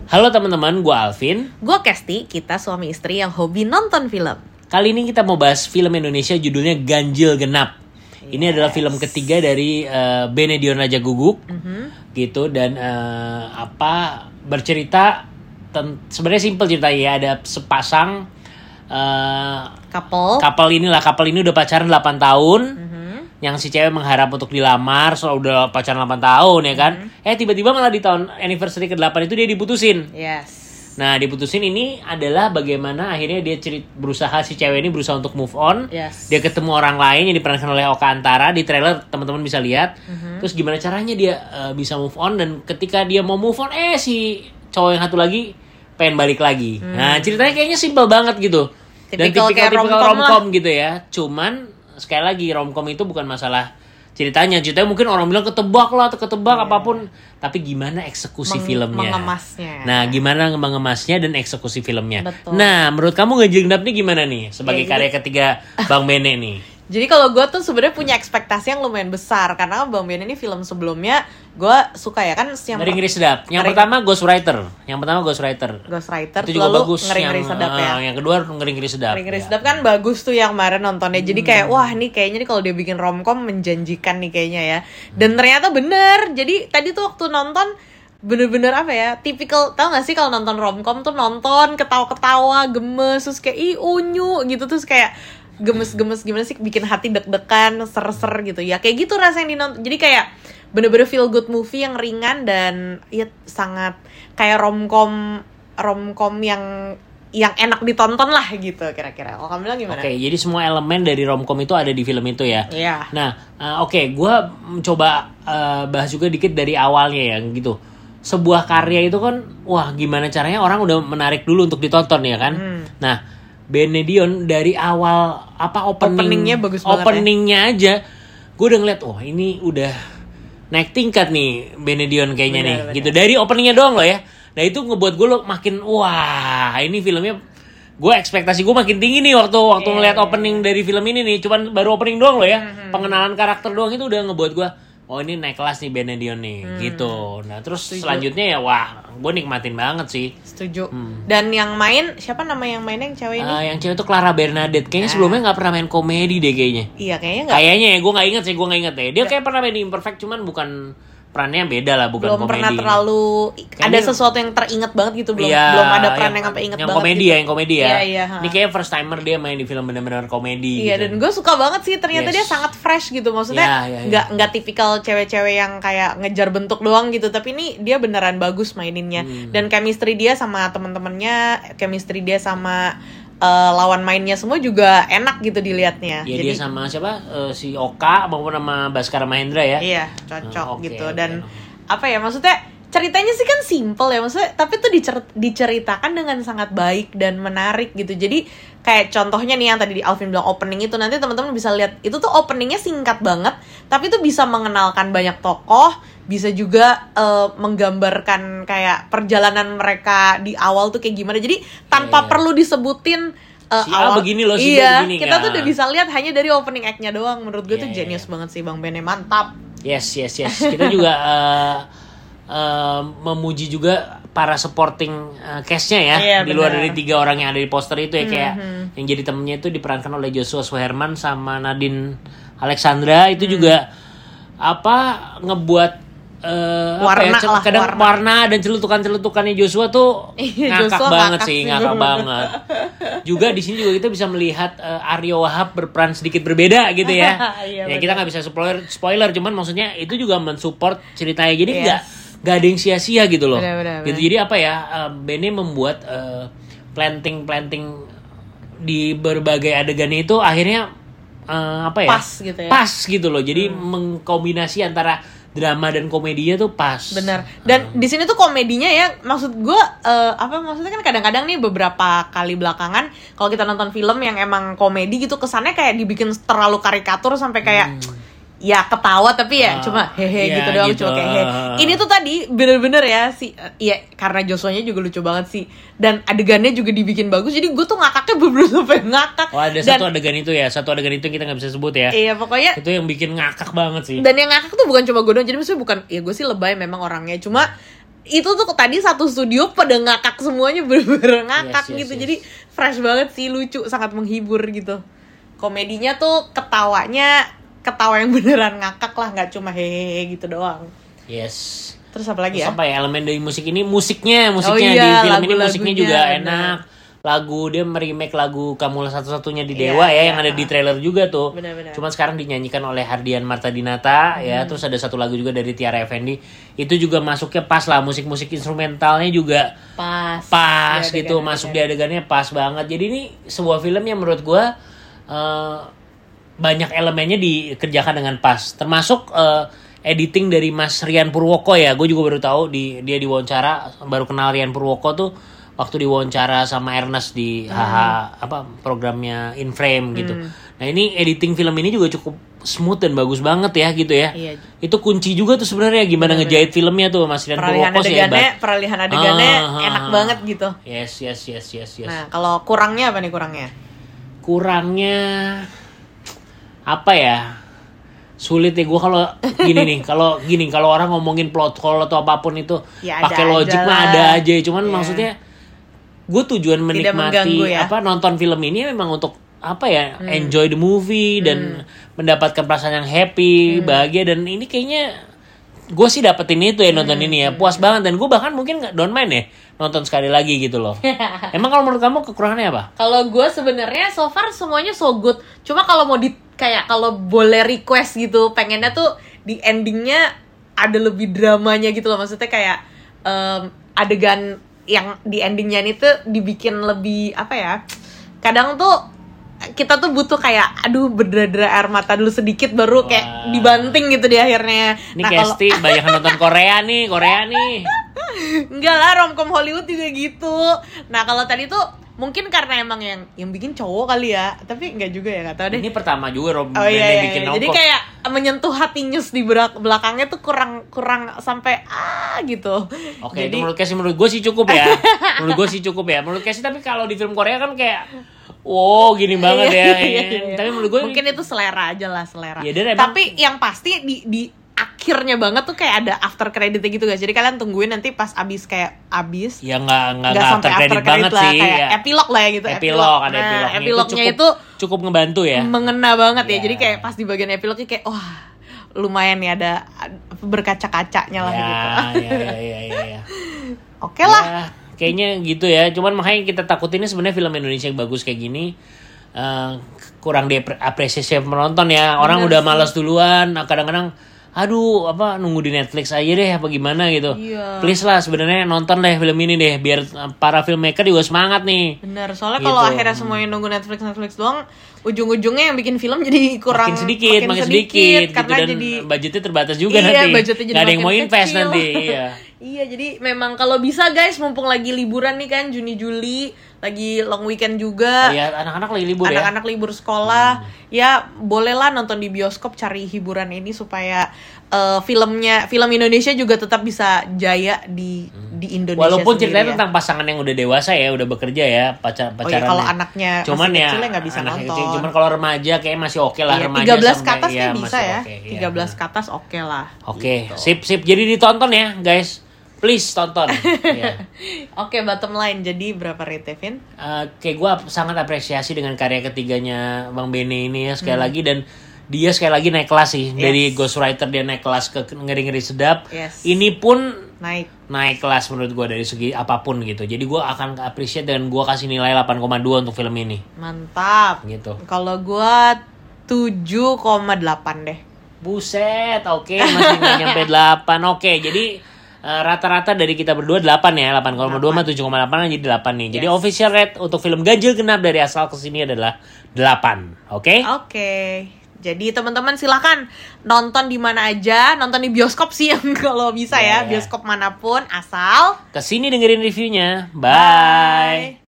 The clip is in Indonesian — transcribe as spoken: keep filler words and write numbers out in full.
Halo teman-teman, gue Alvin. Gue Kesti, kita suami istri yang hobi nonton film. Kali ini kita mau bahas film Indonesia judulnya Ganjil Genap. Yes. Ini adalah film ketiga dari uh, Benedion Raja Guguk, mm-hmm. gitu. Dan uh, apa bercerita ten- sebenarnya simpel ceritanya ya. Ada sepasang uh, couple. Couple inilah couple ini udah pacaran delapan tahun. Mm-hmm. Yang si cewek mengharap untuk dilamar, soal udah pacaran delapan tahun ya kan. Mm-hmm. Eh tiba-tiba malah di tahun anniversary ke delapan itu dia diputusin. Yes. Nah diputusin ini adalah bagaimana akhirnya dia cerit, berusaha si cewek ini berusaha untuk move on. Yes. Dia ketemu orang lain yang diperankan oleh Oka Antara. Di trailer teman-teman bisa lihat. Mm-hmm. Terus gimana caranya dia uh, bisa move on. Dan ketika dia mau move on, eh si cowok yang satu lagi pengen balik lagi. Mm. Nah ceritanya kayaknya simpel banget gitu. Dan tipikal-tipikal romcom gitu ya. Cuman sekali lagi romcom itu bukan masalah ceritanya. Ceritanya mungkin orang bilang ketebak lah atau ketebak yeah. apapun. Tapi gimana eksekusi Meng- filmnya. Mengemasnya. Nah gimana mengemasnya dan eksekusi filmnya. Betul. Nah menurut kamu Ganjil Genap nih gimana nih sebagai yeah, karya jadi... ketiga Bang Bene nih? Jadi kalau gue tuh sebenarnya punya ekspektasi yang lumayan besar. Karena Bang Bene ini film sebelumnya gue suka ya kan. Ngeri Ngeri Sedap. Yang ngeri... pertama Ghostwriter. Yang pertama Ghostwriter. Ghostwriter. Itu juga lalu bagus. Ngeri Ngeri yang, Sedap ya. Uh, yang kedua Ngeri Ngeri Sedap. Ngeri Ngeri ya. Sedap kan bagus tuh yang kemarin nontonnya. Jadi kayak hmm. wah nih kayaknya nih kalau dia bikin romcom menjanjikan nih kayaknya ya. Dan ternyata bener. Jadi tadi tuh waktu nonton bener-bener apa ya, tipikal, tau gak sih kalau nonton romcom tuh nonton ketawa-ketawa gemes terus kayak ih unyu gitu, terus kayak gemes-gemes gimana sih, bikin hati deg-degan, ser-ser gitu ya, kayak gitu rasanya dinonton. Jadi kayak bener-bener feel good movie yang ringan dan ya sangat kayak romcom romcom yang yang enak ditonton lah gitu kira-kira. Kalau kamu bilang gimana? Oke, okay, jadi semua elemen dari romcom itu ada di film itu ya. Iya. Yeah. Nah, uh, oke, okay, gue coba uh, bahas juga dikit dari awalnya ya gitu. Sebuah karya itu kan, wah gimana caranya orang udah menarik dulu untuk ditonton ya kan. Hmm. Nah, Benedion dari awal apa opening, openingnya bagus banget. Openingnya ya. aja, gue udah ngeliat, wah oh, ini udah naik tingkat nih Benedion kayaknya bener, nih, bener. Gitu. Dari openingnya doang loh ya. Nah itu ngebuat gue lo makin, wah ini filmnya, gue ekspektasi gue makin tinggi nih waktu waktu yeah. ngeliat opening dari film ini nih. Cuman baru opening doang loh ya, mm-hmm. pengenalan karakter doang itu udah ngebuat gue, oh ini naik kelas nih Benedion nih, hmm. gitu. Nah terus Setuju. Selanjutnya ya wah, gue nikmatin banget sih. Setuju. Hmm. Dan yang main, siapa nama yang mainnya yang cewek ini? Uh, yang cewek itu Clara Bernadette. Kayaknya nah. sebelumnya nggak pernah main komedi deh kayaknya. Iya kayaknya nggak. Kayaknya ya, gue nggak inget sih, gue nggak inget ya. Dia kayak pernah main di Imperfect, cuman bukan perannya beda lah, bukan belum komedi. Belum pernah terlalu kayaknya, ada sesuatu yang teringat banget gitu, belum iya, belum ada peran yang, yang sampai inget yang banget. Komedi gitu. ya, yang komedi ya. Iya, iya, ini kayak first timer dia main di film benar-benar komedi. Iya, gitu. dan gue suka banget sih, ternyata yes. dia sangat fresh gitu, maksudnya nggak yeah, yeah, yeah. nggak tipikal cewek-cewek yang kayak ngejar bentuk doang gitu, tapi ini dia beneran bagus maininnya. Hmm. Dan chemistry dia sama teman-temannya, chemistry dia sama Uh, lawan mainnya semua juga enak gitu dilihatnya. Iya, jadi dia sama siapa uh, si Oka maupun sama Baskara Mahendra ya. Iya cocok uh, okay, gitu okay. Dan apa ya, maksudnya ceritanya sih kan simple ya maksudnya, tapi tuh dicer- diceritakan dengan sangat baik dan menarik gitu. Jadi kayak contohnya nih yang tadi di Alvin bilang opening itu, nanti teman-teman bisa lihat itu tuh openingnya singkat banget, tapi tuh bisa mengenalkan banyak tokoh, bisa juga uh, menggambarkan kayak perjalanan mereka di awal tuh kayak gimana. Jadi tanpa yeah. perlu disebutin uh, si awal A begini loh, si iya, B begini. Kita kan? tuh udah bisa lihat hanya dari opening act-nya doang. Menurut gue yeah, tuh genius yeah. banget sih Bang Bene, mantap. Yes, yes, yes. Kita juga uh, uh, memuji juga para supporting uh, cast-nya ya. Yeah, di luar bener. Dari tiga orang yang ada di poster itu ya, mm-hmm. kayak yang jadi temennya itu diperankan oleh Joshua Suherman sama Nadine Alexandra. Itu mm. juga apa ngebuat Uh, warna apa ya, lah, kadang warna. warna dan celutukan-celutukannya Joshua tuh ngakak Joshua banget ngakak sih, sih, ngakak banget. Juga di sini juga kita bisa melihat uh, Aryo Wahab berperan sedikit berbeda gitu ya. Iya, ya kita nggak bisa spoiler, spoiler, cuman maksudnya itu juga mensupport ceritanya. Jadi nggak yes. nggak ada yang sia-sia gitu loh. Bener, bener, gitu. Bener. Jadi apa ya? Uh, Bene membuat uh, planting-planting di berbagai adegannya itu akhirnya uh, apa ya? Pas gitu ya. Pas gitu loh. Jadi hmm. mengkombinasi antara drama dan komedinya tuh pas. Bener. Dan hmm. di sini tuh komedinya ya, maksud gue uh, apa maksudnya kan kadang-kadang nih beberapa kali belakangan kalau kita nonton film yang emang komedi gitu kesannya kayak dibikin terlalu karikatur sampai kayak hmm. ya ketawa tapi ya uh, cuma hehe yeah, gitu doang, gitu. cuma kayak hehe. Ini tuh tadi bener-bener ya si uh, ya karena Joshua-nya juga lucu banget sih dan adegannya juga dibikin bagus, jadi gue tuh ngakaknya bener-bener sampai ngakak. Oh ada dan, satu adegan itu ya, satu adegan itu yang kita nggak bisa sebut ya. Iya pokoknya itu yang bikin ngakak banget sih. Dan yang ngakak tuh bukan cuma gue doang, jadi maksudnya bukan ya gue sih lebay memang orangnya, cuma itu tuh tadi satu studio pada ngakak semuanya, bener-bener ngakak Yes, yes, gitu. yes. Jadi fresh banget sih, lucu, sangat menghibur gitu. Komedinya tuh ketawanya ketawa yang beneran ngakak lah, nggak cuma hehehe gitu doang. Yes. Terus apa lagi Terus ya? apa ya elemen dari musik ini, musiknya, musiknya Oh di iya, film ini lagu-lagunya, musiknya juga bener. enak. Lagu dia meremake lagu Kamulah Satu-Satunya di Iya, Dewa ya iya. yang ada di trailer juga tuh. Benar-benar. Cuman sekarang dinyanyikan oleh Hardian Marta Dinata ya. Hmm. Terus ada satu lagu juga dari Tiara Effendi. Itu juga masuknya pas lah, musik-musik instrumentalnya juga Pas. pas Di gitu, adegan-adegan. masuk di adegannya pas banget. Jadi ini sebuah film yang menurut gua eh, banyak elemennya dikerjakan dengan pas. Termasuk eh, editing dari Mas Rian Purwoko ya. Gue juga baru tahu di dia diwawancara, baru kenal Rian Purwoko tuh waktu diwawancara sama Ernest di H H apa programnya In Frame gitu. Hmm. Nah, ini editing film ini juga cukup smooth dan bagus banget ya gitu ya. Iya. Itu kunci juga tuh sebenarnya gimana Bener-bener. ngejahit filmnya tuh Mas Rian Peralihan Purwoko sih adegannya, hebat. peralihan adegannya Ah, ah, enak ah. banget gitu. Yes, yes, yes, yes, yes. Nah, kalau kurangnya apa nih kurangnya? Kurangnya apa ya? Sulit ya gue kalau gini nih, kalau gini kalau orang ngomongin plot hole atau apapun itu Ya, ada pakai logik aja mah lah. ada aja, cuman Iya. maksudnya gue tujuan Tidak menikmati mengganggu ya. apa nonton film ini memang untuk apa ya, Hmm. enjoy the movie dan mendapatkan perasaan yang happy, bahagia, dan ini kayaknya gue sih dapetin itu ya nonton ini ya, puas banget, dan gue bahkan mungkin nggak don't mind ya nonton sekali lagi gitu loh. Emang kalau menurut kamu kekurangannya apa? Kalau gue sebenarnya so far semuanya so good. Cuma kalau mau di kayak kalau boleh request gitu, pengennya tuh di endingnya ada lebih dramanya gitu loh. Maksudnya kayak em, adegan yang di endingnya ini tuh dibikin lebih apa ya? Kadang tuh kita tuh butuh kayak aduh berdarah air mata dulu sedikit baru kayak Wah. dibanting gitu di akhirnya. Ini Nah, kalau Kesti banyak nonton Korea nih, Korea nih. enggak lah, romcom Hollywood juga gitu. Nah, kalau tadi tuh mungkin karena emang yang yang bikin cowok kali ya, tapi enggak juga ya, enggak tahu deh. Ini pertama juga Rob Oh band iya, yang iya, bikin iya. nongkrong. Jadi kayak menyentuh hati News di belak- belakangnya tuh kurang kurang sampai ah gitu. Oke, Jadi itu menurut Casey, menurut gue sih cukup ya. menurut gue sih cukup ya. Menurut Casey, tapi kalau di film Korea kan kayak wow, gini banget Iya, ya. iya, iya. Tapi menurut gue mungkin itu selera aja lah, selera. Ya, dan emang- Tapi yang pasti di di akhirnya banget tuh kayak ada after credit gitu guys. Jadi kalian tungguin nanti pas abis kayak abis ya nggak nggak nggak nggak sampai after credit banget lah, sih. kayak Ya. epilog lah ya gitu. Epilog, ada Nah, epilognya. epilognya itu itu, cukup, cukup ngebantu ya. mengena banget ya. Iya. Jadi kayak pas di bagian epilognya kayak wah lumayan nih ada berkaca-kacanya lah ya, gitu. ya, ya, ya, ya, ya. Oke lah. Ya, kayaknya gitu ya. Cuman makanya kita takutin ini sebenarnya film Indonesia yang bagus kayak gini eh, kurang diapresiasi penonton ya. Orang Bener udah sih. malas duluan. Nah, kadang-kadang aduh apa nunggu di Netflix aja deh apa gimana gitu. Iya. Please lah sebenarnya nonton deh film ini deh biar eh, para filmmaker juga semangat nih. Bener, soalnya Gitu. kalau akhirnya semuanya nunggu Netflix Netflix doang, ujung-ujungnya yang bikin film jadi kurang Makin sedikit, makin, sedikit, gitu, karena dan jadi budgetnya terbatas juga iya, nanti. budgetnya jadi Nggak ada yang mau makin invest kecil. nanti. Iya. Iya, jadi memang kalau bisa guys, mumpung lagi liburan nih kan, Juni Juli, lagi long weekend juga. Iya, anak-anak lagi libur ya. Anak-anak libur sekolah, ya bolehlah nonton di bioskop, cari hiburan ini supaya eh, filmnya, film Indonesia juga tetap bisa jaya di di Indonesia. Walaupun sendiri ceritanya ya. tentang pasangan yang udah dewasa ya, udah bekerja ya, pacar Oh iya, pacaran. kalau anaknya cuman masih ya kecil ya nggak bisa anaknya nonton. kecil. Cuman kalau remaja kayak masih oke lah, Iya, remaja tiga belas ke sampai- atas iya, nih bisa masih ya. oke, iya. tiga belas ke atas oke lah. Oke, Gitu. sip sip. Jadi ditonton ya, guys. Please tonton. Iya. Oke, bottom line. Jadi berapa rate Vin? Eh, kayak gue sangat apresiasi dengan karya ketiganya Bang Bene ini ya sekali Hmm. lagi, dan dia sekali lagi naik kelas sih. Yes. Dari Ghostwriter dia naik kelas ke Ngeri-Ngeri Sedap. Yes. Ini pun Naik. naik kelas menurut gue dari segi apapun gitu. Jadi gue akan appreciate dan gue kasih nilai delapan koma dua untuk film ini. Mantap. Gitu. Kalau gua tujuh koma delapan deh. Buset, oke masih nggak nyampe delapan. Oke, jadi eh, rata-rata dari kita berdua delapan ya. delapan koma dua sama tujuh koma delapan jadi delapan nih. Jadi Yes. official rate untuk film Ganjil Genap dari asal ke sini adalah delapan. Oke? Oke. Jadi teman-teman silahkan nonton di mana aja, nonton di bioskop sih yang kalau bisa Ya, ya, ya. bioskop manapun asal. Kesini dengerin reviewnya. Bye.